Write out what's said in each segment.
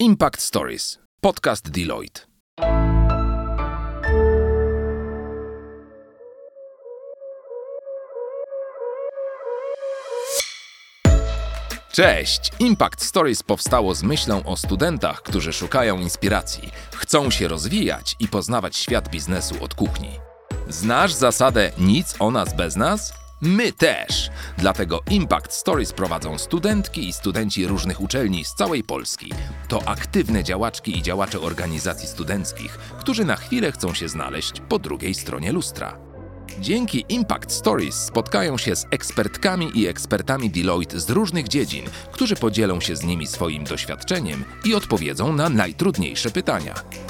Impact Stories, podcast Deloitte. Cześć! Impact Stories powstało z myślą o studentach, którzy szukają inspiracji, chcą się rozwijać i poznawać świat biznesu od kuchni. Znasz zasadę nic o nas bez nas? My też! Dlatego Impact Stories prowadzą studentki i studenci różnych uczelni z całej Polski. To aktywne działaczki i działacze organizacji studenckich, którzy na chwilę chcą się znaleźć po drugiej stronie lustra. Dzięki Impact Stories spotkają się z ekspertkami i ekspertami Deloitte z różnych dziedzin, którzy podzielą się z nimi swoim doświadczeniem i odpowiedzą na najtrudniejsze pytania.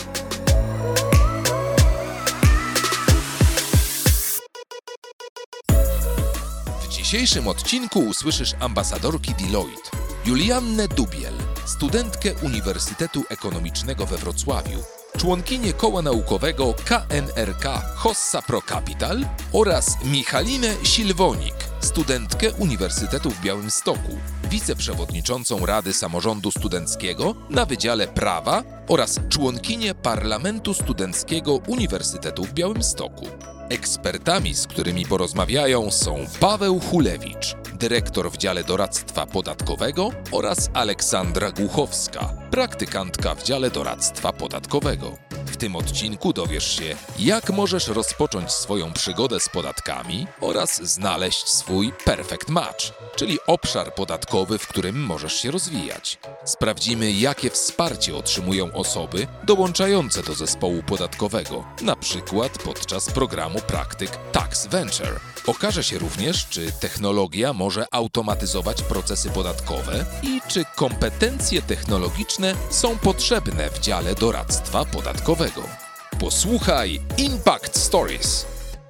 W dzisiejszym odcinku usłyszysz ambasadorki Deloitte, Juliannę Dubiel, studentkę Uniwersytetu Ekonomicznego we Wrocławiu, członkinię koła naukowego KNRK Hossa Pro Capital oraz Michalinę Silwonik, studentkę Uniwersytetu w Białymstoku, wiceprzewodniczącą Rady Samorządu Studenckiego na Wydziale Prawa oraz członkinię Parlamentu Studenckiego Uniwersytetu w Białymstoku. Ekspertami, z którymi porozmawiają, są Paweł Hulewicz, dyrektor w dziale doradztwa podatkowego oraz Aleksandra Głuchowska, praktykantka w dziale doradztwa podatkowego. W tym odcinku dowiesz się, jak możesz rozpocząć swoją przygodę z podatkami oraz znaleźć swój perfect match, czyli obszar podatkowy, w którym możesz się rozwijać. Sprawdzimy, jakie wsparcie otrzymują osoby dołączające do zespołu podatkowego, na przykład podczas programu praktyk Tax Venture. Okaże się również, czy technologia może automatyzować procesy podatkowe i czy kompetencje technologiczne są potrzebne w dziale doradztwa podatkowego. Posłuchaj Impact Stories.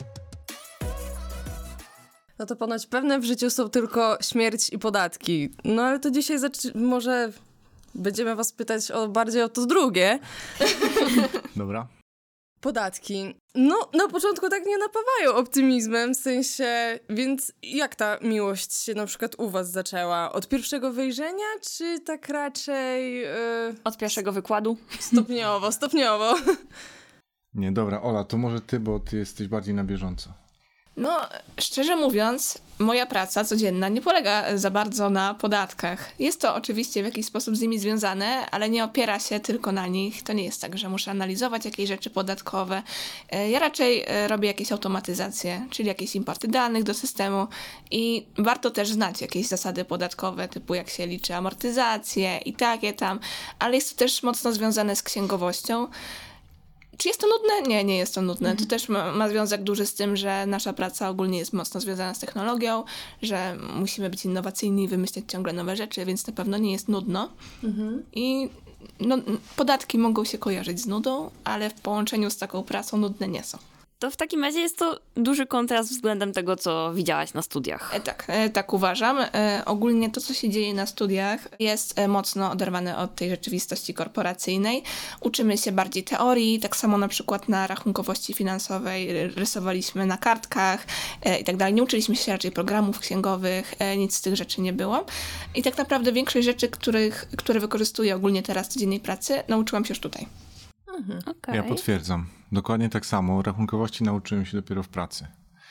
No to ponoć pewne w życiu są tylko śmierć i podatki. No ale to dzisiaj może będziemy was pytać bardziej o to drugie. Dobra. Podatki. No, na początku tak nie napawają optymizmem, w sensie, więc jak ta miłość się na przykład u was zaczęła? Od pierwszego wejrzenia, czy tak raczej... Od pierwszego wykładu? Stopniowo. Nie, dobra, Ola, to może ty, bo ty jesteś bardziej na bieżąco. No, szczerze mówiąc, moja praca codzienna nie polega za bardzo na podatkach. Jest to oczywiście w jakiś sposób z nimi związane, ale nie opiera się tylko na nich. To nie jest tak, że muszę analizować jakieś rzeczy podatkowe. Ja raczej robię jakieś automatyzacje, czyli jakieś importy danych do systemu i warto też znać jakieś zasady podatkowe, typu jak się liczy amortyzacje i takie tam, ale jest to też mocno związane z księgowością. Czy jest to nudne? Nie jest to nudne. To też ma związek duży z tym, że nasza praca ogólnie jest mocno związana z technologią, że musimy być innowacyjni i wymyślać ciągle nowe rzeczy, więc na pewno nie jest nudno. I podatki mogą się kojarzyć z nudą, ale w połączeniu z taką pracą nudne nie są. To w takim razie jest to duży kontrast względem tego, co widziałaś na studiach. Tak uważam. Ogólnie to, co się dzieje na studiach, jest mocno oderwane od tej rzeczywistości korporacyjnej. Uczymy się bardziej teorii, tak samo na przykład na rachunkowości finansowej rysowaliśmy na kartkach i tak dalej. Nie uczyliśmy się raczej programów księgowych, nic z tych rzeczy nie było. I tak naprawdę większość rzeczy, które wykorzystuję ogólnie teraz w codziennej pracy, nauczyłam się już tutaj. Okay. Ja potwierdzam. Dokładnie tak samo. Rachunkowości nauczyłem się dopiero w pracy.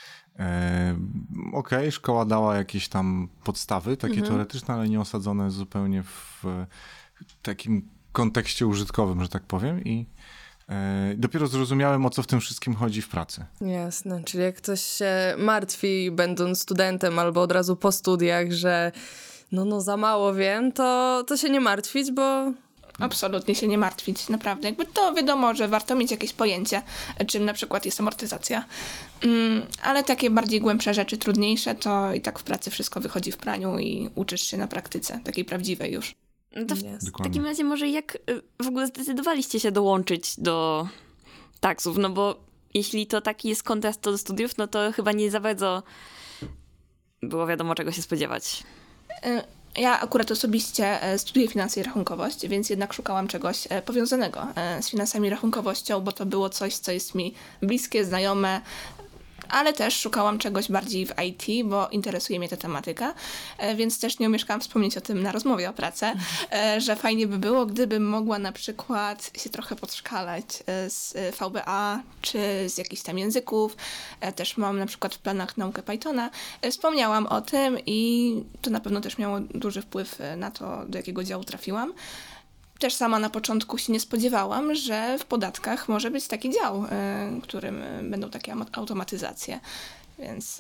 Szkoła dała jakieś tam podstawy, takie teoretyczne, ale nie osadzone zupełnie w takim kontekście użytkowym, że tak powiem. I dopiero zrozumiałem, o co w tym wszystkim chodzi w pracy. Jasne, czyli jak ktoś się martwi, będąc studentem albo od razu po studiach, że za mało wiem, to się nie martwić, bo... Absolutnie się nie martwić, naprawdę. Jakby to wiadomo, że warto mieć jakieś pojęcie, czym na przykład jest amortyzacja. Ale takie bardziej głębsze rzeczy, trudniejsze, to i tak w pracy wszystko wychodzi w praniu i uczysz się na praktyce, takiej prawdziwej już. No to w takim razie może jak w ogóle zdecydowaliście się dołączyć do taksów? No bo jeśli to taki jest kontrast do studiów, no to chyba nie za bardzo było wiadomo, czego się spodziewać. Ja akurat osobiście studiuję finanse i rachunkowość, więc jednak szukałam czegoś powiązanego z finansami i rachunkowością, bo to było coś, co jest mi bliskie, znajome, ale też szukałam czegoś bardziej w IT, bo interesuje mnie ta tematyka, więc też nie omieszkałam wspomnieć o tym na rozmowie o pracę, że fajnie by było, gdybym mogła na przykład się trochę podszkalać z VBA czy z jakichś tam języków. Też mam na przykład w planach naukę Pythona. Wspomniałam o tym i to na pewno też miało duży wpływ na to, do jakiego działu trafiłam. Też sama na początku się nie spodziewałam, że w podatkach może być taki dział, którym będą takie automatyzacje, więc...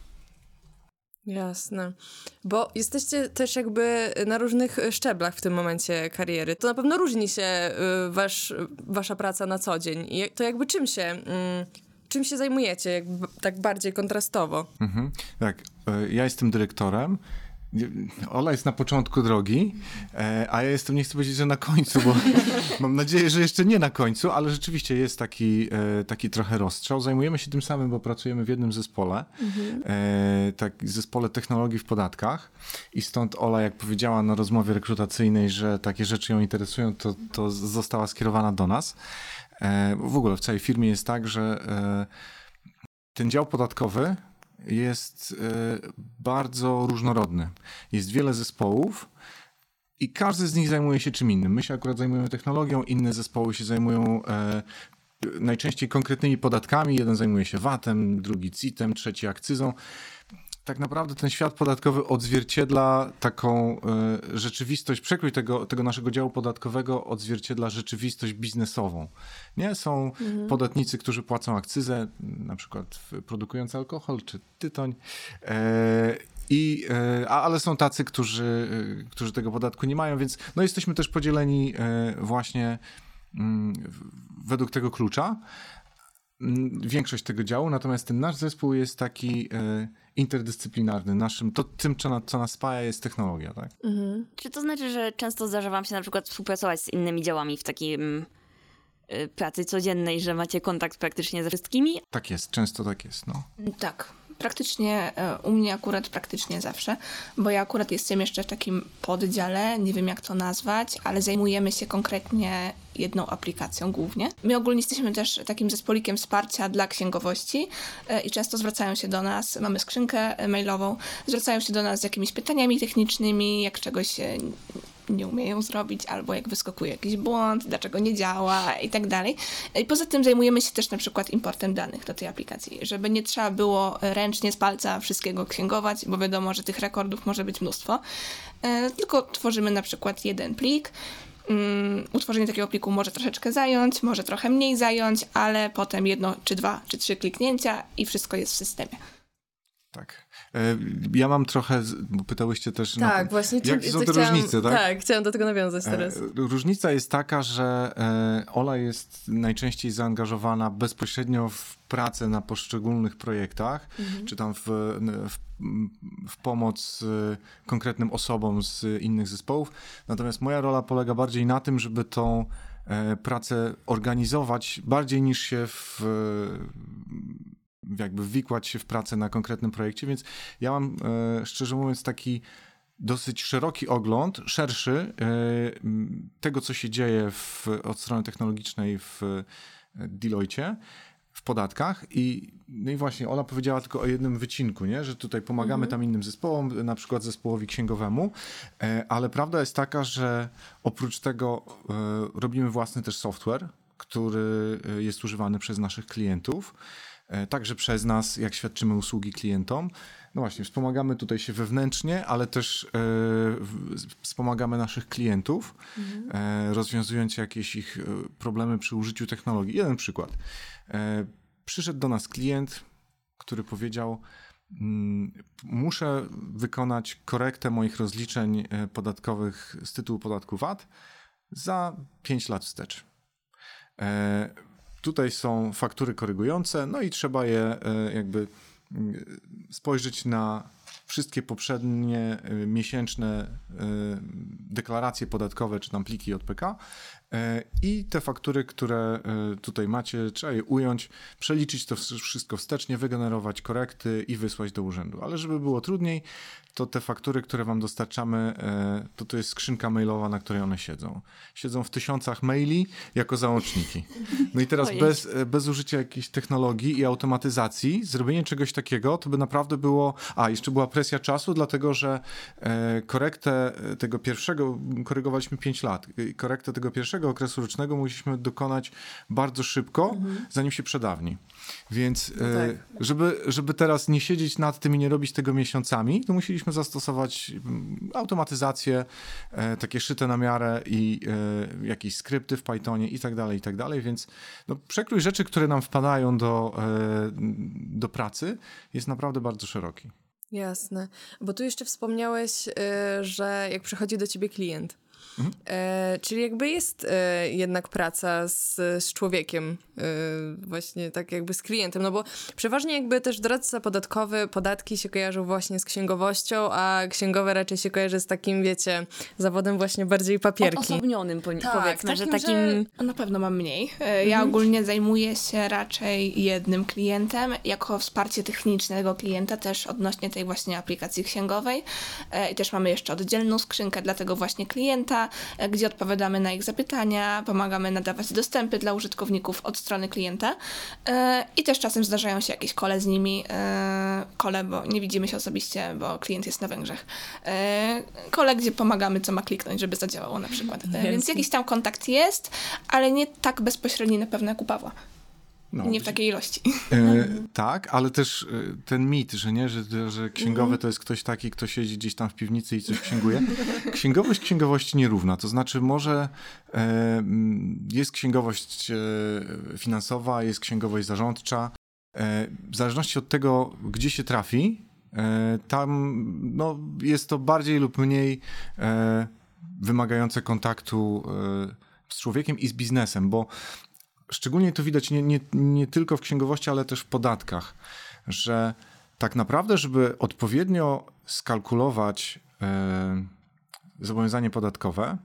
Jasne. Bo jesteście też jakby na różnych szczeblach w tym momencie kariery. To na pewno różni się wasza praca na co dzień. I to jakby czym się zajmujecie, jakby tak bardziej kontrastowo? Tak, ja jestem dyrektorem. Ola jest na początku drogi, a ja jestem, nie chcę powiedzieć, że na końcu, bo mam nadzieję, że jeszcze nie na końcu, ale rzeczywiście jest taki trochę rozstrzał. Zajmujemy się tym samym, bo pracujemy w jednym zespole, zespole technologii w podatkach i stąd Ola, jak powiedziała na rozmowie rekrutacyjnej, że takie rzeczy ją interesują, to została skierowana do nas. W ogóle w całej firmie jest tak, że ten dział podatkowy jest bardzo różnorodny. Jest wiele zespołów i każdy z nich zajmuje się czym innym. My się akurat zajmujemy technologią, inne zespoły się zajmują najczęściej konkretnymi podatkami. Jeden zajmuje się VAT-em, drugi CIT-em, trzeci akcyzą. Tak naprawdę ten świat podatkowy odzwierciedla taką rzeczywistość, przekrój tego naszego działu podatkowego odzwierciedla rzeczywistość biznesową. Nie? Są podatnicy, którzy płacą akcyzę, na przykład produkujący alkohol czy tytoń, ale są tacy, którzy tego podatku nie mają, więc no jesteśmy też podzieleni właśnie według tego klucza. Większość tego działu, natomiast ten nasz zespół jest taki interdyscyplinarny. Tym, co nas spaja, jest technologia, tak? Czy to znaczy, że często zdarza wam się na przykład współpracować z innymi działami w takim pracy codziennej, że macie kontakt praktycznie ze wszystkimi? Tak jest, często tak jest, no. Tak, praktycznie u mnie akurat praktycznie zawsze, bo ja akurat jestem jeszcze w takim poddziale, nie wiem jak to nazwać, ale zajmujemy się konkretnie jedną aplikacją głównie. My ogólnie jesteśmy też takim zespolikiem wsparcia dla księgowości i często zwracają się do nas, mamy skrzynkę mailową, zwracają się do nas z jakimiś pytaniami technicznymi, jak czegoś nie umieją zrobić, albo jak wyskakuje jakiś błąd, dlaczego nie działa i tak dalej. I poza tym zajmujemy się też na przykład importem danych do tej aplikacji, żeby nie trzeba było ręcznie z palca wszystkiego księgować, bo wiadomo, że tych rekordów może być mnóstwo, tylko tworzymy na przykład jeden plik. Utworzenie takiego pliku może troszeczkę zająć, może trochę mniej zająć, ale potem 1, czy 2, czy 3 kliknięcia i wszystko jest w systemie. Tak. Ja mam trochę, bo pytałyście też... Tak, właśnie. Jakie są te różnice, tak? Tak, chciałam do tego nawiązać teraz. Różnica jest taka, że Ola jest najczęściej zaangażowana bezpośrednio w pracę na poszczególnych projektach, czy tam w pomoc konkretnym osobom z innych zespołów. Natomiast moja rola polega bardziej na tym, żeby tą pracę organizować bardziej niż się jakby wwikłać się w pracę na konkretnym projekcie, więc ja mam, szczerze mówiąc, taki dosyć szeroki ogląd, szerszy tego, co się dzieje od strony technologicznej w Deloitte, w podatkach no i właśnie Ola powiedziała tylko o jednym wycinku, nie? Że tutaj pomagamy tam innym zespołom, na przykład zespołowi księgowemu, ale prawda jest taka, że oprócz tego robimy własny też software, który jest używany przez naszych klientów, także przez nas, jak świadczymy usługi klientom. No właśnie, wspomagamy tutaj się wewnętrznie, ale też wspomagamy naszych klientów, rozwiązując jakieś ich problemy przy użyciu technologii. Jeden przykład. Przyszedł do nas klient, który powiedział: muszę wykonać korektę moich rozliczeń podatkowych z tytułu podatku VAT za 5 lat wstecz. Tutaj są faktury korygujące, no i trzeba je jakby spojrzeć na wszystkie poprzednie miesięczne deklaracje podatkowe, czy tam pliki JPK I te faktury, które tutaj macie, trzeba je ująć, przeliczyć to wszystko wstecznie, wygenerować korekty i wysłać do urzędu. Ale żeby było trudniej, to te faktury, które wam dostarczamy, to jest skrzynka mailowa, na której one siedzą. Siedzą w tysiącach maili jako załączniki. No i teraz bez użycia jakiejś technologii i automatyzacji, zrobienie czegoś takiego, to by naprawdę było... jeszcze była presja czasu, dlatego że korektę tego pierwszego, korygowaliśmy 5 lat, korektę tego pierwszego okresu rocznego musieliśmy dokonać bardzo szybko, zanim się przedawni. Więc żeby teraz nie siedzieć nad tym i nie robić tego miesiącami, to musieliśmy zastosować automatyzację, takie szyte na miarę i jakieś skrypty w Pythonie i tak dalej, więc przekrój rzeczy, które nam wpadają do pracy jest naprawdę bardzo szeroki. Jasne, bo tu jeszcze wspomniałeś, że jak przychodzi do ciebie klient, czyli jakby jest jednak praca z człowiekiem, właśnie tak jakby z klientem, no bo przeważnie jakby też doradca podatkowy, podatki się kojarzą właśnie z księgowością, a księgowe raczej się kojarzy z takim, wiecie, zawodem właśnie bardziej papierki. Odosobnionym powiedzmy, że takim... Na pewno mam mniej. Ja ogólnie zajmuję się raczej jednym klientem, jako wsparcie techniczne tego klienta też odnośnie tej właśnie aplikacji księgowej i też mamy jeszcze oddzielną skrzynkę dla tego właśnie klienta, gdzie odpowiadamy na ich zapytania, pomagamy nadawać dostępy dla użytkowników od strony klienta i też czasem zdarzają się jakieś call z nimi, bo nie widzimy się osobiście, bo klient jest na Węgrzech. Call, gdzie pomagamy, co ma kliknąć, żeby zadziałało na przykład. Więc jakiś tam kontakt jest, ale nie tak bezpośredni na pewno jak u Pawła. Nie w takiej ilości. Tak, ale też ten mit, że księgowy to jest ktoś taki, kto siedzi gdzieś tam w piwnicy i coś księguje. Księgowość księgowości nierówna. To znaczy może jest księgowość finansowa, jest księgowość zarządcza. W zależności od tego, gdzie się trafi, tam jest to bardziej lub mniej wymagające kontaktu z człowiekiem i z biznesem, bo szczególnie to widać nie tylko w księgowości, ale też w podatkach, że tak naprawdę, żeby odpowiednio skalkulować zobowiązanie podatkowe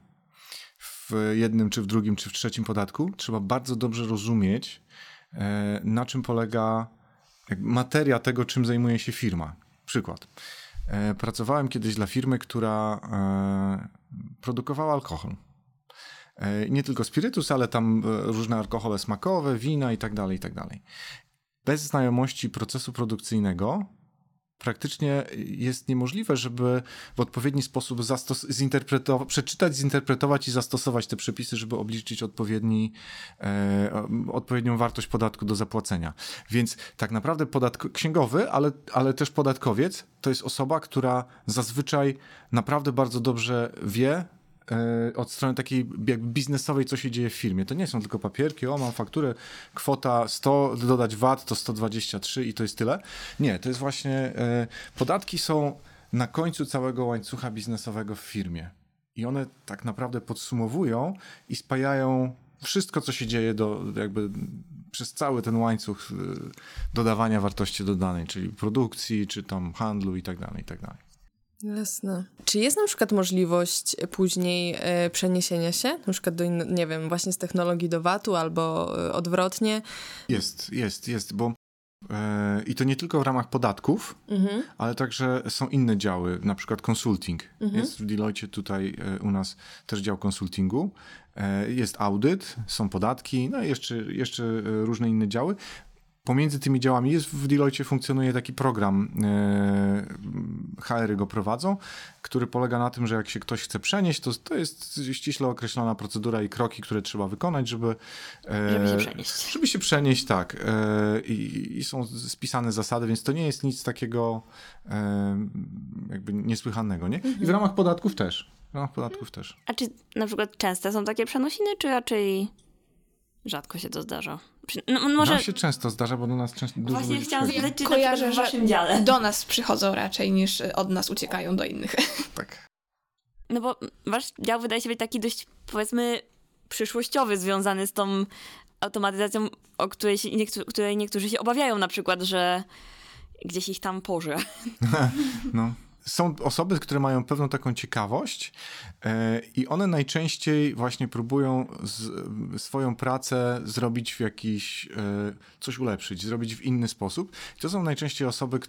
w jednym, czy w drugim, czy w trzecim podatku, trzeba bardzo dobrze rozumieć, na czym polega materia tego, czym zajmuje się firma. Przykład. Pracowałem kiedyś dla firmy, która produkowała alkohol. Nie tylko spirytus, ale tam różne alkohole smakowe, wina i tak dalej, i tak dalej. Bez znajomości procesu produkcyjnego praktycznie jest niemożliwe, żeby w odpowiedni sposób przeczytać, zinterpretować i zastosować te przepisy, żeby obliczyć odpowiednią wartość podatku do zapłacenia. Więc tak naprawdę księgowy, ale też podatkowiec to jest osoba, która zazwyczaj naprawdę bardzo dobrze wie, od strony takiej jakby biznesowej, co się dzieje w firmie. To nie są tylko papierki, mam fakturę, kwota 100, dodać VAT to 123 i to jest tyle. Nie, to jest właśnie, podatki są na końcu całego łańcucha biznesowego w firmie. I one tak naprawdę podsumowują i spajają wszystko, co się dzieje jakby przez cały ten łańcuch dodawania wartości dodanej, czyli produkcji, czy tam handlu i tak dalej, i tak dalej. Jasne. Czy jest na przykład możliwość później przeniesienia się, na przykład do nie wiem, właśnie z technologii do VAT-u albo odwrotnie? Jest, bo i to nie tylko w ramach podatków, ale także są inne działy, na przykład consulting. Jest w Deloitte tutaj u nas też dział consultingu, jest audyt, są podatki, no i jeszcze różne inne działy. Pomiędzy tymi działami w Deloitte funkcjonuje taki program, HR-y go prowadzą, który polega na tym, że jak się ktoś chce przenieść, to jest ściśle określona procedura i kroki, które trzeba wykonać, żeby się przenieść. Żeby się przenieść, tak. I są spisane zasady, więc to nie jest nic takiego jakby niesłychanego, nie? I w ramach podatków też. A czy na przykład częste są takie przenosiny, czy raczej rzadko się to zdarza? Może... Nam się często zdarza, bo do nas dużo Właśnie ludzi chciałam przychodzi. zapytać, czy kojarzę, w waszym dziale do nas przychodzą raczej niż od nas uciekają do innych. Tak. No bo wasz dział wydaje się być taki dość, powiedzmy, przyszłościowy, związany z tą automatyzacją, o której niektórzy się obawiają, na przykład, że gdzieś ich tam porze. No. są osoby, które mają pewną taką ciekawość i one najczęściej właśnie próbują swoją pracę zrobić w jakiś, coś ulepszyć, zrobić w inny sposób. I to są najczęściej osoby,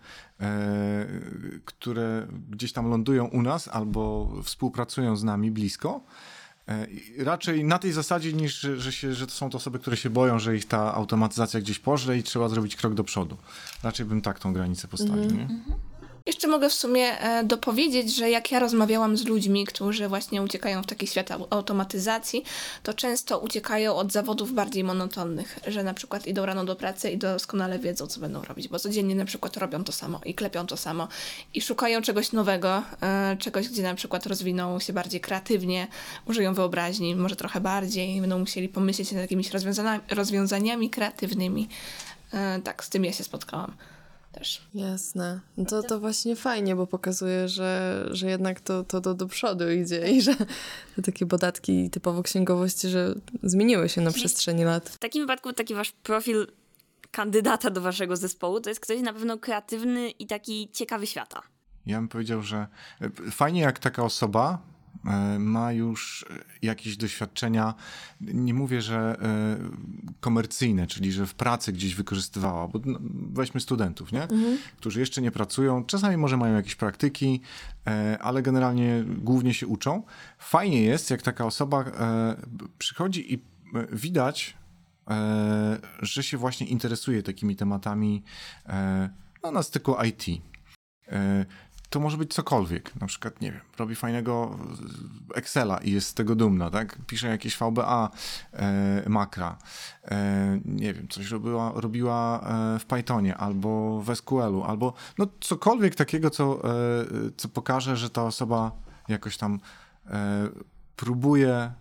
które gdzieś tam lądują u nas albo współpracują z nami blisko. Raczej na tej zasadzie, niż że to są to osoby, które się boją, że ich ta automatyzacja gdzieś pożre i trzeba zrobić krok do przodu. Raczej bym tak tą granicę postawił, nie? Jeszcze mogę w sumie dopowiedzieć, że jak ja rozmawiałam z ludźmi, którzy właśnie uciekają w taki świat automatyzacji, to często uciekają od zawodów bardziej monotonnych, że na przykład idą rano do pracy i doskonale wiedzą, co będą robić, bo codziennie na przykład robią to samo i klepią to samo i szukają czegoś nowego, czegoś, gdzie na przykład rozwiną się bardziej kreatywnie, użyją wyobraźni, może trochę bardziej, będą musieli pomyśleć nad jakimiś rozwiązaniami kreatywnymi. Tak, z tym ja się spotkałam też. Jasne. To właśnie fajnie, bo pokazuje, że jednak to do przodu idzie i że te takie podatki typowo księgowości, że zmieniły się na przestrzeni lat. W takim wypadku taki wasz profil kandydata do waszego zespołu to jest ktoś na pewno kreatywny i taki ciekawy świata. Ja bym powiedział, że fajnie jak taka osoba ma już jakieś doświadczenia, nie mówię, że komercyjne, czyli że w pracy gdzieś wykorzystywała, bo weźmy studentów, nie? Którzy jeszcze nie pracują, czasami może mają jakieś praktyki, ale generalnie głównie się uczą. Fajnie jest, jak taka osoba przychodzi i widać, że się właśnie interesuje takimi tematami na styku IT. To może być cokolwiek, na przykład, nie wiem, robi fajnego Excela i jest z tego dumna, tak? Pisze jakieś VBA, makra, nie wiem, coś robiła w Pythonie albo w SQL-u, albo no cokolwiek takiego, co pokaże, że ta osoba jakoś tam próbuje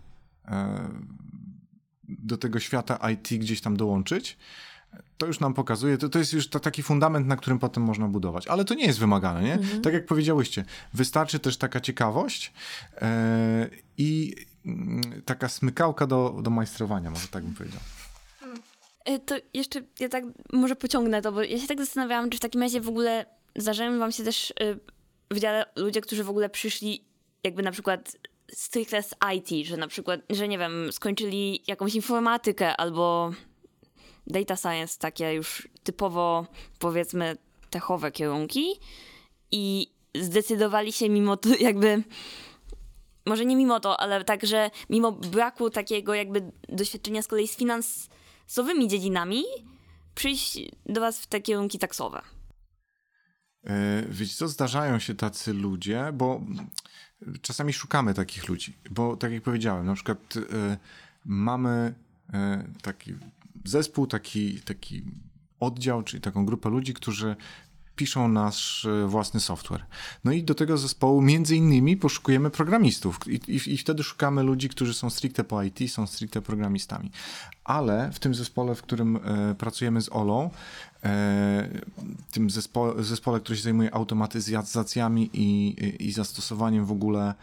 do tego świata IT gdzieś tam dołączyć. To już nam pokazuje, to jest już taki fundament, na którym potem można budować. Ale to nie jest wymagane, nie? Tak jak powiedziałyście, wystarczy też taka ciekawość i taka smykałka do majstrowania, może tak bym powiedział. To jeszcze ja tak może pociągnę to, bo ja się tak zastanawiałam, czy w takim razie w ogóle zdarzają wam się też w dziale ludzie, którzy w ogóle przyszli jakby na przykład stricte z IT, że na przykład, że nie wiem, skończyli jakąś informatykę albo data science, takie już typowo, powiedzmy, techowe kierunki i zdecydowali się mimo to jakby, może nie mimo to, ale także mimo braku takiego jakby doświadczenia z kolei z finansowymi dziedzinami, przyjść do was w te kierunki taksowe. Wiecie co, zdarzają się tacy ludzie, bo czasami szukamy takich ludzi, bo tak jak powiedziałem, na przykład mamy taki zespół, taki oddział, czyli taką grupę ludzi, którzy piszą nasz własny software. No i do tego zespołu między innymi poszukujemy programistów i wtedy szukamy ludzi, którzy są stricte po IT, są stricte programistami. Ale w tym zespole, w którym pracujemy z Olą, tym zespole, który się zajmuje automatyzacjami i zastosowaniem w ogóle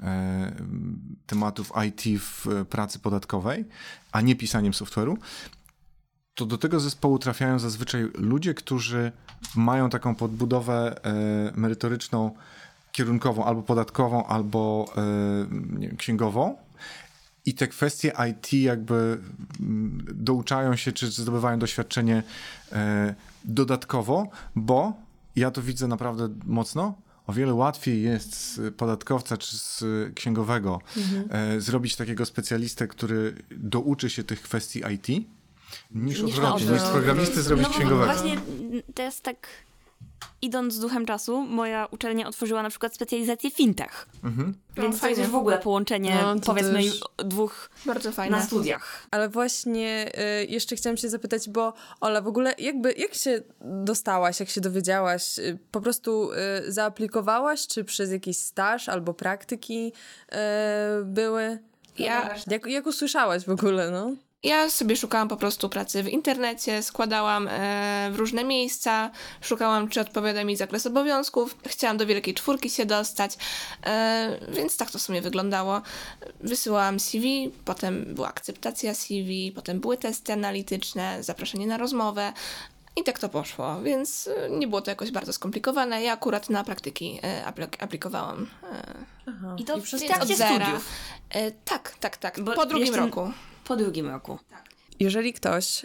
tematów IT w pracy podatkowej, a nie pisaniem software'u, to do tego zespołu trafiają zazwyczaj ludzie, którzy mają taką podbudowę merytoryczną, kierunkową, albo podatkową, albo nie wiem, księgową. I te kwestie IT jakby douczają się, czy zdobywają doświadczenie dodatkowo, bo ja to widzę naprawdę mocno. O wiele łatwiej jest z podatkowca czy z księgowego zrobić takiego specjalistę, który douczy się tych kwestii IT, niż odwrotnie, niż z programisty zrobić księgowego. Właśnie teraz tak idąc z duchem czasu, moja uczelnia otworzyła na przykład specjalizację fintech. Więc to jest już w ogóle połączenie, powiedzmy, też dwóch bardzo fajne na studiach. Ale właśnie jeszcze chciałam się zapytać, bo Ola, w ogóle jak się dostałaś, jak się dowiedziałaś? Po prostu zaaplikowałaś, czy przez jakiś staż albo praktyki były? Jak usłyszałaś w ogóle, no? Ja sobie szukałam po prostu pracy w internecie, składałam w różne miejsca, szukałam, czy odpowiada mi zakres obowiązków, chciałam do Wielkiej Czwórki się dostać, więc tak to w sumie wyglądało. Wysyłałam CV, potem była akceptacja CV, potem były testy analityczne, zaproszenie na rozmowę, I tak to poszło, więc nie było to jakoś bardzo skomplikowane. Ja akurat na praktyki aplikowałam. I to Więc w trakcie od zera. studiów. Tak. Bo Po drugim jeszcze- roku. Po drugim roku. Jeżeli ktoś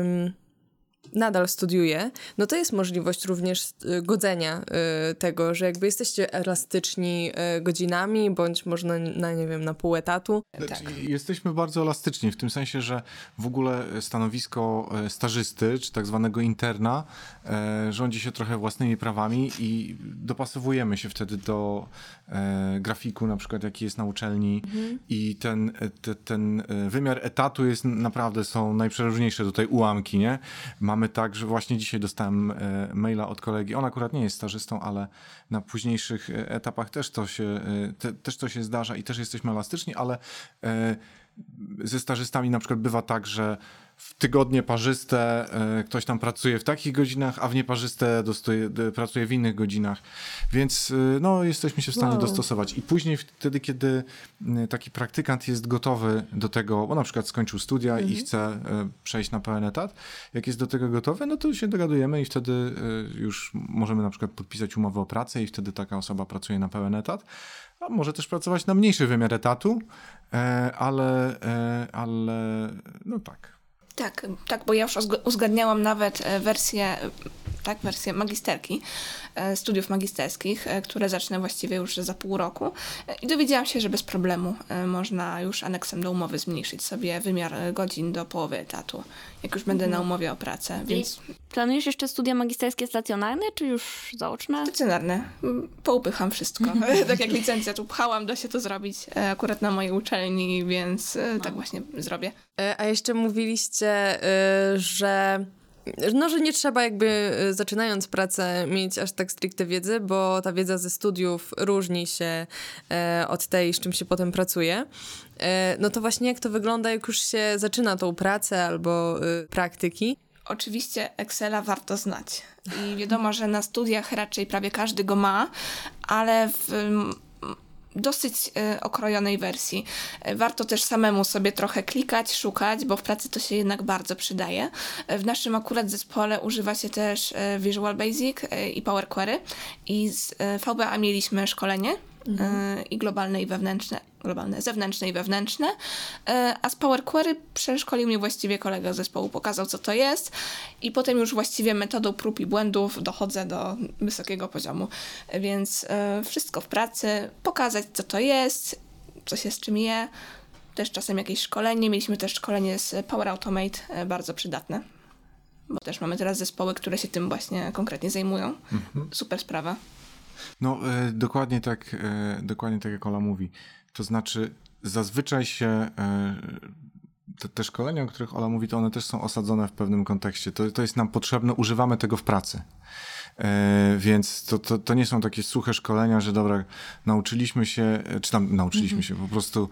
nadal studiuje, no to jest możliwość również godzenia tego, że jakby jesteście elastyczni godzinami, bądź można nie wiem, na pół etatu. Znaczy, jesteśmy bardzo elastyczni w tym sensie, że w ogóle stanowisko stażysty, czy tak zwanego interna, rządzi się trochę własnymi prawami i dopasowujemy się wtedy do grafiku, na przykład jaki jest na uczelni i ten wymiar etatu jest naprawdę, są najprzeróżniejsze tutaj ułamki, nie? Mamy tak, że właśnie dzisiaj dostałem maila od kolegi, on akurat nie jest stażystą, ale na późniejszych etapach też to się zdarza i też jesteśmy elastyczni, ale ze stażystami na przykład bywa tak, że w tygodnie parzyste ktoś tam pracuje w takich godzinach, a w nieparzyste pracuje w innych godzinach. Więc no, jesteśmy się w stanie dostosować. I później wtedy, kiedy taki praktykant jest gotowy do tego, bo na przykład skończył studia i chce przejść na pełen etat, jak jest do tego gotowy, no to się dogadujemy i wtedy już możemy na przykład podpisać umowę o pracę i wtedy taka osoba pracuje na pełen etat. A może też pracować na mniejszy wymiar etatu, ale no tak. Tak, bo ja już uzgadniałam nawet wersję magisterki, studiów magisterskich, które zacznę właściwie już za pół roku i dowiedziałam się, że bez problemu można już aneksem do umowy zmniejszyć sobie wymiar godzin do połowy etatu, jak już będę na umowie o pracę, więc... Planujesz jeszcze studia magisterskie stacjonarne, czy już zaoczne? Stacjonarne. Poupycham wszystko. Tak jak licencjat upchałam, da się to zrobić akurat na mojej uczelni, więc tak właśnie zrobię. A jeszcze mówiliście, że nie trzeba jakby zaczynając pracę mieć aż tak stricte wiedzy, bo ta wiedza ze studiów różni się od tej, z czym się potem pracuje. No to właśnie jak to wygląda, jak już się zaczyna tą pracę albo praktyki? Oczywiście Excela warto znać i wiadomo, że na studiach raczej prawie każdy go ma, ale w dosyć okrojonej wersji. Warto też samemu sobie trochę klikać, szukać, bo w pracy to się jednak bardzo przydaje. W naszym akurat zespole używa się też Visual Basic i Power Query i z VBA mieliśmy szkolenie i globalne i wewnętrzne, zewnętrzne i wewnętrzne, a z Power Query przeszkolił mnie właściwie kolega z zespołu, pokazał co to jest i potem już właściwie metodą prób i błędów dochodzę do wysokiego poziomu, więc wszystko w pracy, pokazać co to jest, co się z czym je, też czasem jakieś szkolenie, mieliśmy też szkolenie z Power Automate, bardzo przydatne, bo też mamy teraz zespoły, które się tym właśnie konkretnie zajmują. Super sprawa. No, dokładnie tak jak Ola mówi. To znaczy, zazwyczaj się te szkolenia, o których Ola mówi, to one też są osadzone w pewnym kontekście. To jest nam potrzebne, używamy tego w pracy. Więc to nie są takie suche szkolenia, że dobra, nauczyliśmy się, po prostu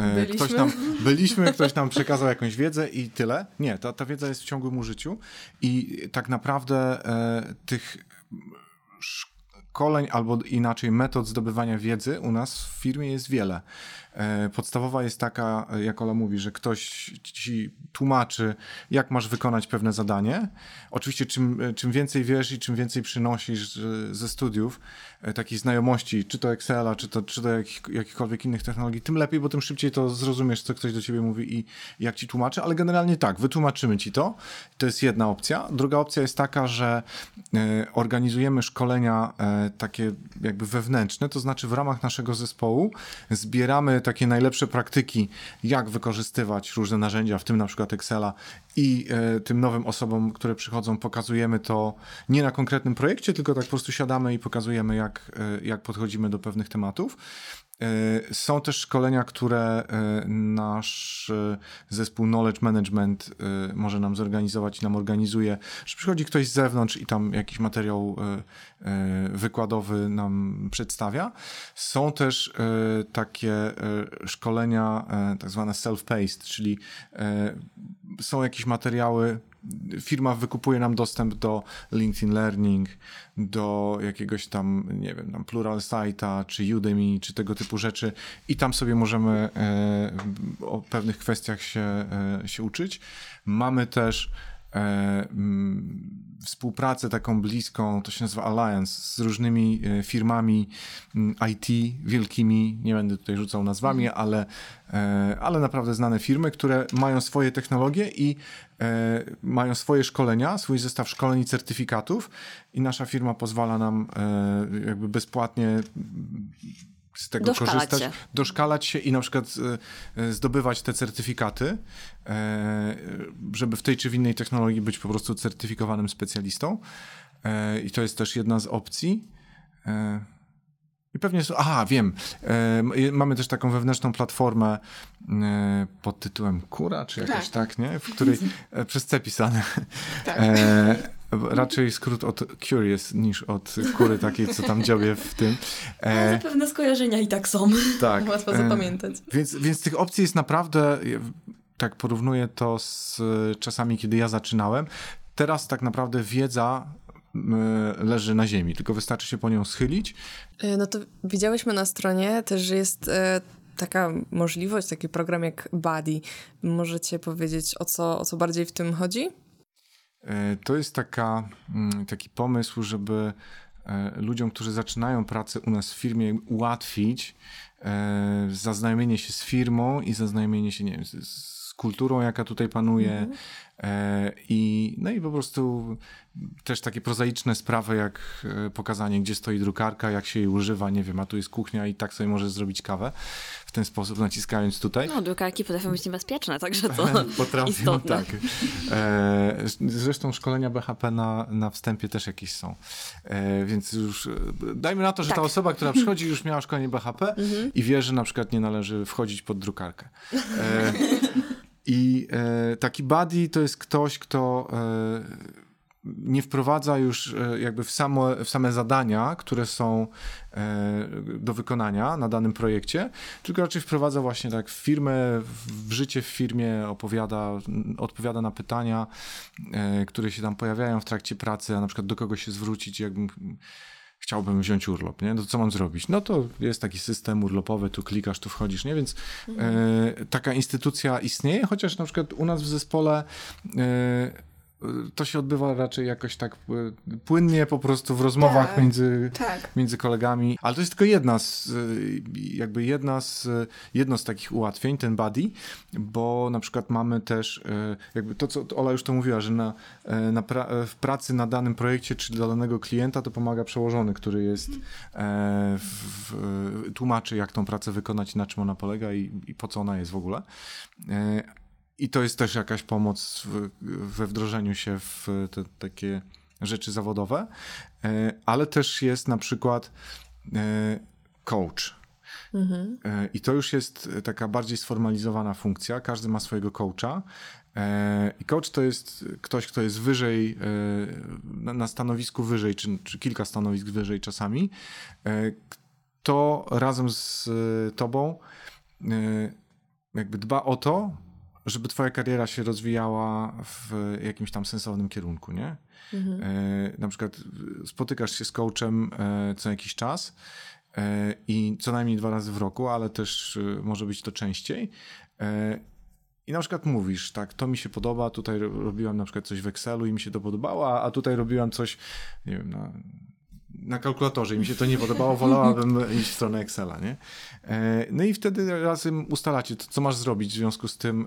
ktoś nam przekazał jakąś wiedzę i tyle. Nie, ta wiedza jest w ciągłym użyciu i tak naprawdę tych szkoleń albo inaczej metod zdobywania wiedzy u nas w firmie jest wiele. Podstawowa jest taka, jak Ola mówi, że ktoś ci tłumaczy, jak masz wykonać pewne zadanie. Oczywiście czym więcej wiesz i czym więcej przynosisz ze studiów, takiej znajomości, czy to Excela, czy to jakichkolwiek innych technologii, tym lepiej, bo tym szybciej to zrozumiesz, co ktoś do ciebie mówi i jak ci tłumaczy, ale generalnie tak, wytłumaczymy ci to. To jest jedna opcja. Druga opcja jest taka, że organizujemy szkolenia takie jakby wewnętrzne, to znaczy w ramach naszego zespołu zbieramy takie najlepsze praktyki, jak wykorzystywać różne narzędzia, w tym na przykład Excela i tym nowym osobom, które przychodzą, pokazujemy to nie na konkretnym projekcie, tylko tak po prostu siadamy i pokazujemy, jak podchodzimy do pewnych tematów. Są też szkolenia, które nasz zespół Knowledge Management może nam zorganizować i nam organizuje, że przychodzi ktoś z zewnątrz i tam jakiś materiał wykładowy nam przedstawia. Są też takie szkolenia tak zwane self-paced, czyli są jakieś materiały, firma wykupuje nam dostęp do LinkedIn Learning, do jakiegoś tam, nie wiem, tam Pluralsighta, czy Udemy, czy tego typu rzeczy i tam sobie możemy o pewnych kwestiach się uczyć. Mamy też współpracę taką bliską, to się nazywa Alliance, z różnymi firmami IT wielkimi, nie będę tutaj rzucał nazwami, ale naprawdę znane firmy, które mają swoje technologie i mają swoje szkolenia, swój zestaw szkoleń i certyfikatów i nasza firma pozwala nam jakby bezpłatnie z tego korzystać, doszkalać się i na przykład zdobywać te certyfikaty, żeby w tej czy w innej technologii być po prostu certyfikowanym specjalistą. I to jest też jedna z opcji. I pewnie wiem. Mamy też taką wewnętrzną platformę pod tytułem Kura, czy jakoś tak, nie? W której przez C pisane. Tak. Raczej skrót od Curious niż od kury takiej, co tam dziobie w tym. Ale zapewne skojarzenia i tak są. Tak. Łatwo zapamiętać. Więc tych opcji jest naprawdę, tak porównuję to z czasami, kiedy ja zaczynałem. Teraz tak naprawdę wiedza leży na ziemi, tylko wystarczy się po nią schylić. No to widziałyśmy na stronie też, że jest taka możliwość, taki program jak Buddy. Możecie powiedzieć, o co bardziej w tym chodzi? To jest taki pomysł, żeby ludziom, którzy zaczynają pracę u nas w firmie, ułatwić zaznajomienie się z firmą i zaznajomienie się, nie wiem, z kulturą, jaka tutaj panuje. I po prostu też takie prozaiczne sprawy, jak pokazanie, gdzie stoi drukarka, jak się jej używa, nie wiem, a tu jest kuchnia i tak sobie możesz zrobić kawę w ten sposób, naciskając tutaj. No, drukarki potrafią być niebezpieczne, także to potrafią, istotne. Tak. Zresztą szkolenia BHP na wstępie też jakieś są. Więc już dajmy na to, że ta osoba, która przychodzi, już miała szkolenie BHP i wie, że na przykład nie należy wchodzić pod drukarkę. I taki buddy to jest ktoś, kto nie wprowadza już jakby w same zadania, które są do wykonania na danym projekcie, tylko raczej wprowadza właśnie tak w firmę, w życie w firmie, odpowiada na pytania, które się tam pojawiają w trakcie pracy, a na przykład do kogo się zwrócić, chciałbym wziąć urlop, nie? No to co mam zrobić? No to jest taki system urlopowy, tu klikasz, tu wchodzisz, nie? Więc taka instytucja istnieje, chociaż na przykład u nas w zespole to się odbywa raczej jakoś tak płynnie po prostu w rozmowach między kolegami, ale to jest tylko jedno z takich ułatwień, ten buddy, bo na przykład mamy też jakby to, co Ola już to mówiła, że w pracy na danym projekcie czy dla danego klienta to pomaga przełożony, który jest tłumaczy, jak tą pracę wykonać, na czym ona polega i po co ona jest w ogóle. I to jest też jakaś pomoc we wdrożeniu się w te takie rzeczy zawodowe, ale też jest na przykład coach. I to już jest taka bardziej sformalizowana funkcja. Każdy ma swojego coacha. I coach to jest ktoś, kto jest wyżej, na stanowisku wyżej, czy kilka stanowisk wyżej czasami, kto razem z tobą jakby dba o to, żeby twoja kariera się rozwijała w jakimś tam sensownym kierunku, nie? Na przykład spotykasz się z coachem co jakiś czas i co najmniej 2 razy w roku, ale też może być to częściej. I na przykład mówisz, tak, to mi się podoba, tutaj robiłam na przykład coś w Excelu i mi się to podobało, a tutaj robiłam coś, nie wiem, na kalkulatorze i mi się to nie podobało, wolałabym iść w stronę Excela, nie? No i wtedy razem ustalacie, co masz zrobić w związku z tym,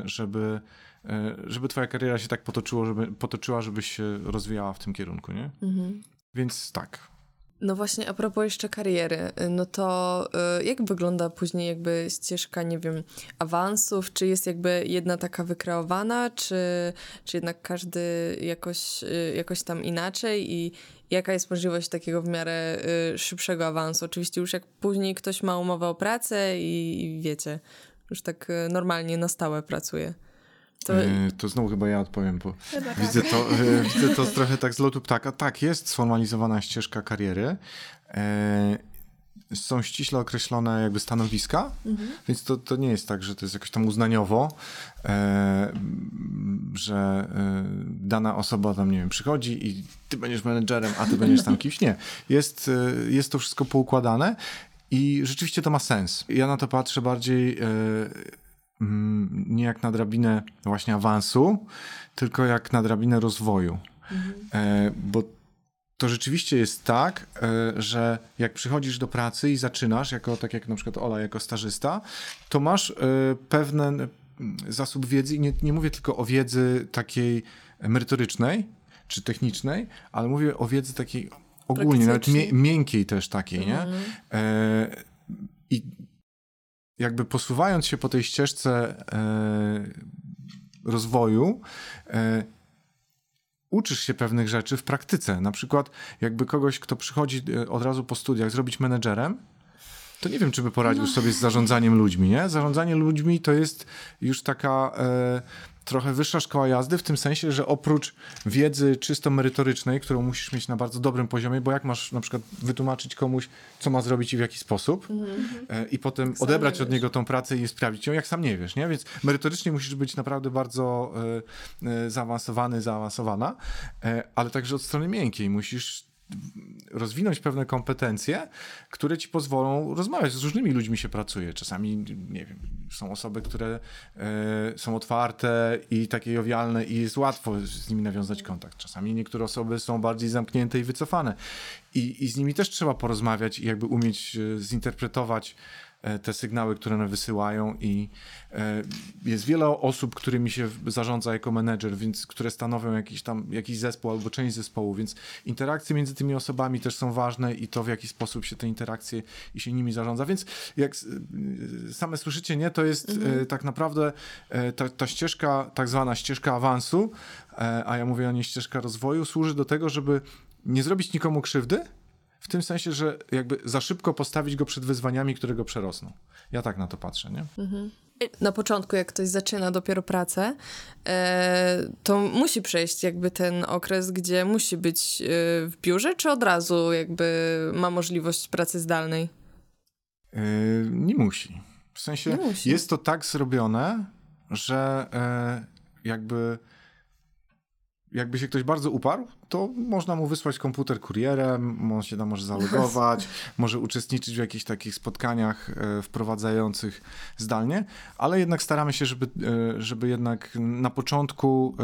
żeby twoja kariera się tak potoczyła, żebyś się rozwijała w tym kierunku, nie? Więc tak. No właśnie, a propos jeszcze kariery, no to jak wygląda później jakby ścieżka, nie wiem, awansów? Czy jest jakby jedna taka wykreowana, czy jednak każdy jakoś tam inaczej i jaka jest możliwość takiego w miarę szybszego awansu? Oczywiście już jak później ktoś ma umowę o pracę i wiecie, już tak normalnie na stałe pracuje. To znowu chyba ja odpowiem, bo widzę to trochę tak z lotu ptaka. Tak, jest sformalizowana ścieżka kariery. Są ściśle określone jakby stanowiska, więc to nie jest tak, że to jest jakoś tam uznaniowo, że dana osoba tam, nie wiem, przychodzi i ty będziesz menedżerem, a ty będziesz tam kimś. Nie. Jest to wszystko poukładane i rzeczywiście to ma sens. Ja na to patrzę bardziej nie jak na drabinę właśnie awansu, tylko jak na drabinę rozwoju. Bo to rzeczywiście jest tak, że jak przychodzisz do pracy i zaczynasz, tak jak na przykład Ola, jako stażysta, to masz pewien zasób wiedzy i nie mówię tylko o wiedzy takiej merytorycznej czy technicznej, ale mówię o wiedzy takiej ogólnie, nawet miękkiej też takiej, nie? I jakby posuwając się po tej ścieżce rozwoju, uczysz się pewnych rzeczy w praktyce. Na przykład jakby kogoś, kto przychodzi od razu po studiach zrobić menedżerem, to nie wiem, czy by poradził sobie z zarządzaniem ludźmi, nie? Zarządzanie ludźmi to jest już taka trochę wyższa szkoła jazdy, w tym sensie, że oprócz wiedzy czysto merytorycznej, którą musisz mieć na bardzo dobrym poziomie, bo jak masz na przykład wytłumaczyć komuś, co ma zrobić i w jaki sposób i potem odebrać od niego tą pracę i sprawdzić ją, jak sam nie wiesz, nie? Więc merytorycznie musisz być naprawdę bardzo zaawansowana, ale także od strony miękkiej musisz rozwinąć pewne kompetencje, które ci pozwolą rozmawiać. Z różnymi ludźmi się pracuje. Czasami, nie wiem, są osoby, które są otwarte i takie jowialne i jest łatwo z nimi nawiązać kontakt. Czasami niektóre osoby są bardziej zamknięte i wycofane. I z nimi też trzeba porozmawiać i jakby umieć zinterpretować te sygnały, które one wysyłają i jest wiele osób, którymi się zarządza jako menedżer, więc które stanowią jakiś zespół albo część zespołu, więc interakcje między tymi osobami też są ważne i to, w jaki sposób się te interakcje i się nimi zarządza, więc jak same słyszycie, nie, to jest tak naprawdę ta ścieżka, tak zwana ścieżka awansu, a ja mówię o niej ścieżka rozwoju, służy do tego, żeby nie zrobić nikomu krzywdy, w tym sensie, że jakby za szybko postawić go przed wyzwaniami, które go przerosną. Ja tak na to patrzę, nie? Na początku, jak ktoś zaczyna dopiero pracę, to musi przejść jakby ten okres, gdzie musi być w biurze, czy od razu jakby ma możliwość pracy zdalnej? Nie musi. W sensie jest to tak zrobione, że jakby się ktoś bardzo uparł, to można mu wysłać komputer kurierem, on się tam może zalogować, może uczestniczyć w jakichś takich spotkaniach wprowadzających zdalnie, ale jednak staramy się, żeby jednak na początku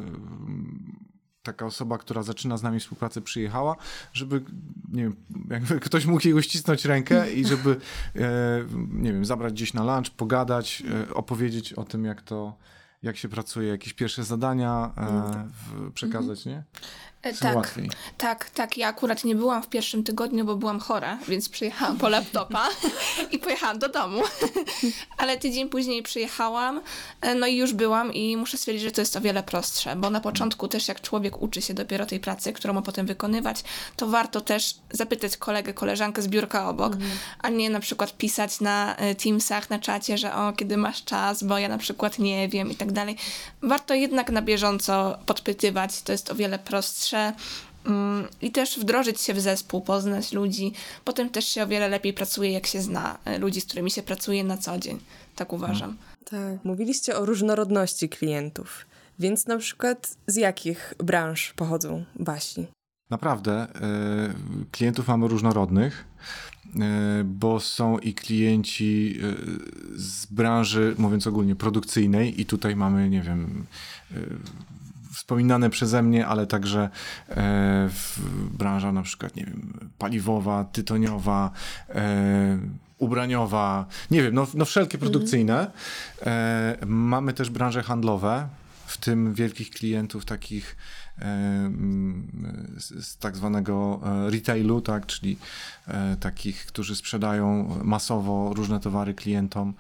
taka osoba, która zaczyna z nami współpracę, przyjechała, żeby, nie wiem, jakby ktoś mógł jej uścisnąć rękę i żeby, nie wiem, zabrać gdzieś na lunch, pogadać, opowiedzieć o tym, jak się pracuje, jakieś pierwsze zadania przekazać, nie? Tak. Ja akurat nie byłam w pierwszym tygodniu, bo byłam chora, więc przyjechałam po laptopa i pojechałam do domu. Ale tydzień później przyjechałam, no i już byłam i muszę stwierdzić, że to jest o wiele prostsze, bo na początku też jak człowiek uczy się dopiero tej pracy, którą ma potem wykonywać, to warto też zapytać kolegę, koleżankę z biurka obok, a nie na przykład pisać na Teamsach, na czacie, że kiedy masz czas, bo ja na przykład nie wiem i tak dalej. Warto jednak na bieżąco podpytywać, to jest o wiele prostsze. I też wdrożyć się w zespół, poznać ludzi. Potem też się o wiele lepiej pracuje, jak się zna ludzi, z którymi się pracuje na co dzień. Tak uważam. Tak. Mówiliście o różnorodności klientów. Więc na przykład z jakich branż pochodzą wasi? Naprawdę. Klientów mamy różnorodnych, bo są i klienci z branży, mówiąc ogólnie, produkcyjnej i tutaj mamy, nie wiem, wspominane przeze mnie, ale także branża na przykład, nie wiem, paliwowa, tytoniowa, ubraniowa, nie wiem, no wszelkie produkcyjne. Mamy też branże handlowe, w tym wielkich klientów takich z tak zwanego retailu, tak, czyli takich, którzy sprzedają masowo różne towary klientom.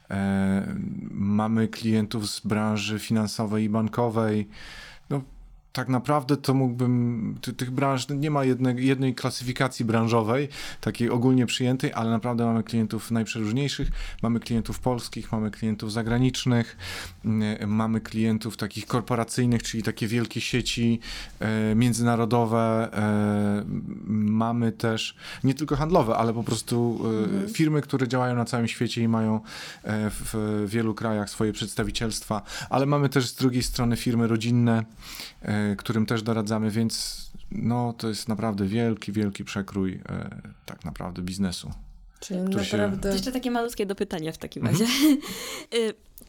Mamy klientów z branży finansowej i bankowej. No, tak naprawdę to mógłbym, tych branż, nie ma jednej klasyfikacji branżowej, takiej ogólnie przyjętej, ale naprawdę mamy klientów najprzeróżniejszych, mamy klientów polskich, mamy klientów zagranicznych, mamy klientów takich korporacyjnych, czyli takie wielkie sieci międzynarodowe, mamy też nie tylko handlowe, ale po prostu firmy, które działają na całym świecie i mają w wielu krajach swoje przedstawicielstwa, ale mamy też z drugiej strony firmy rodzinne, którym też doradzamy, więc no, to jest naprawdę wielki przekrój tak naprawdę biznesu. Czyli naprawdę... Jeszcze takie malutkie dopytanie w takim razie.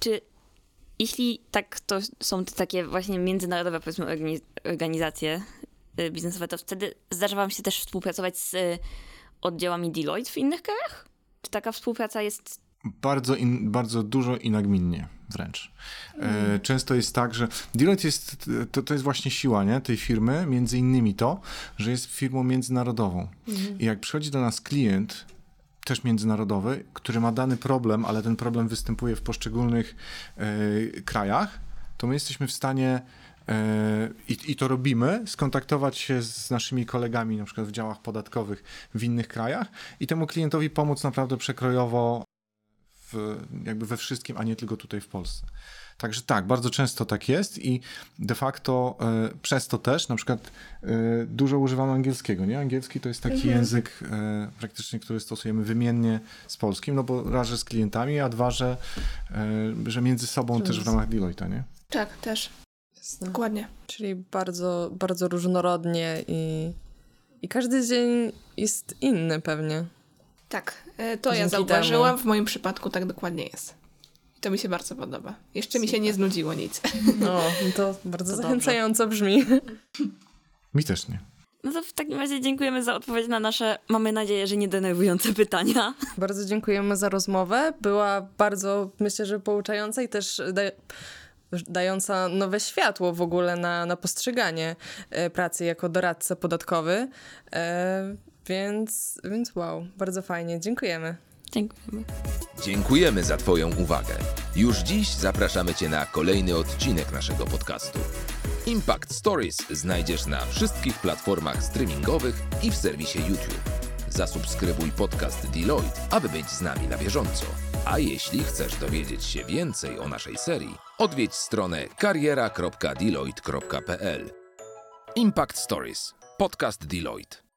Czy jeśli tak, to są te takie właśnie międzynarodowe, powiedzmy, organizacje biznesowe, to wtedy zdarza wam się też współpracować z oddziałami Deloitte w innych krajach? Czy taka współpraca jest... Bardzo dużo i nagminnie wręcz. Często jest tak, że Deloitte jest, to jest właśnie siła, nie, tej firmy, między innymi to, że jest firmą międzynarodową. I jak przychodzi do nas klient, też międzynarodowy, który ma dany problem, ale ten problem występuje w poszczególnych krajach, to my jesteśmy w stanie i to robimy, skontaktować się z naszymi kolegami, na przykład w działach podatkowych w innych krajach i temu klientowi pomóc naprawdę przekrojowo jakby we wszystkim, a nie tylko tutaj w Polsce. Także tak, bardzo często tak jest i de facto przez to też na przykład dużo używamy angielskiego, nie? Angielski to jest taki język praktycznie, który stosujemy wymiennie z polskim, no bo raz, że z klientami, a dwa, że między sobą też w ramach Deloitte'a, nie? Tak, też. Jasne. Dokładnie. Czyli bardzo, bardzo różnorodnie i każdy dzień jest inny pewnie. Tak, to ja Dzięki zauważyłam. W moim przypadku tak dokładnie jest. I to mi się bardzo podoba. Jeszcze mi się nie znudziło nic. No, to bardzo To zachęcająco brzmi. Mi też nie. No to w takim razie dziękujemy za odpowiedź na nasze, mamy nadzieję, że nie denerwujące pytania. Bardzo dziękujemy za rozmowę. Była bardzo, myślę, że pouczająca i też dająca nowe światło w ogóle na postrzeganie pracy jako doradca podatkowy. Więc wow, bardzo fajnie. Dziękujemy. Dziękujemy. Dziękujemy za Twoją uwagę. Już dziś zapraszamy Cię na kolejny odcinek naszego podcastu. Impact Stories znajdziesz na wszystkich platformach streamingowych i w serwisie YouTube. Zasubskrybuj podcast Deloitte, aby być z nami na bieżąco. A jeśli chcesz dowiedzieć się więcej o naszej serii, odwiedź stronę kariera.deloitte.pl. Impact Stories. Podcast Deloitte.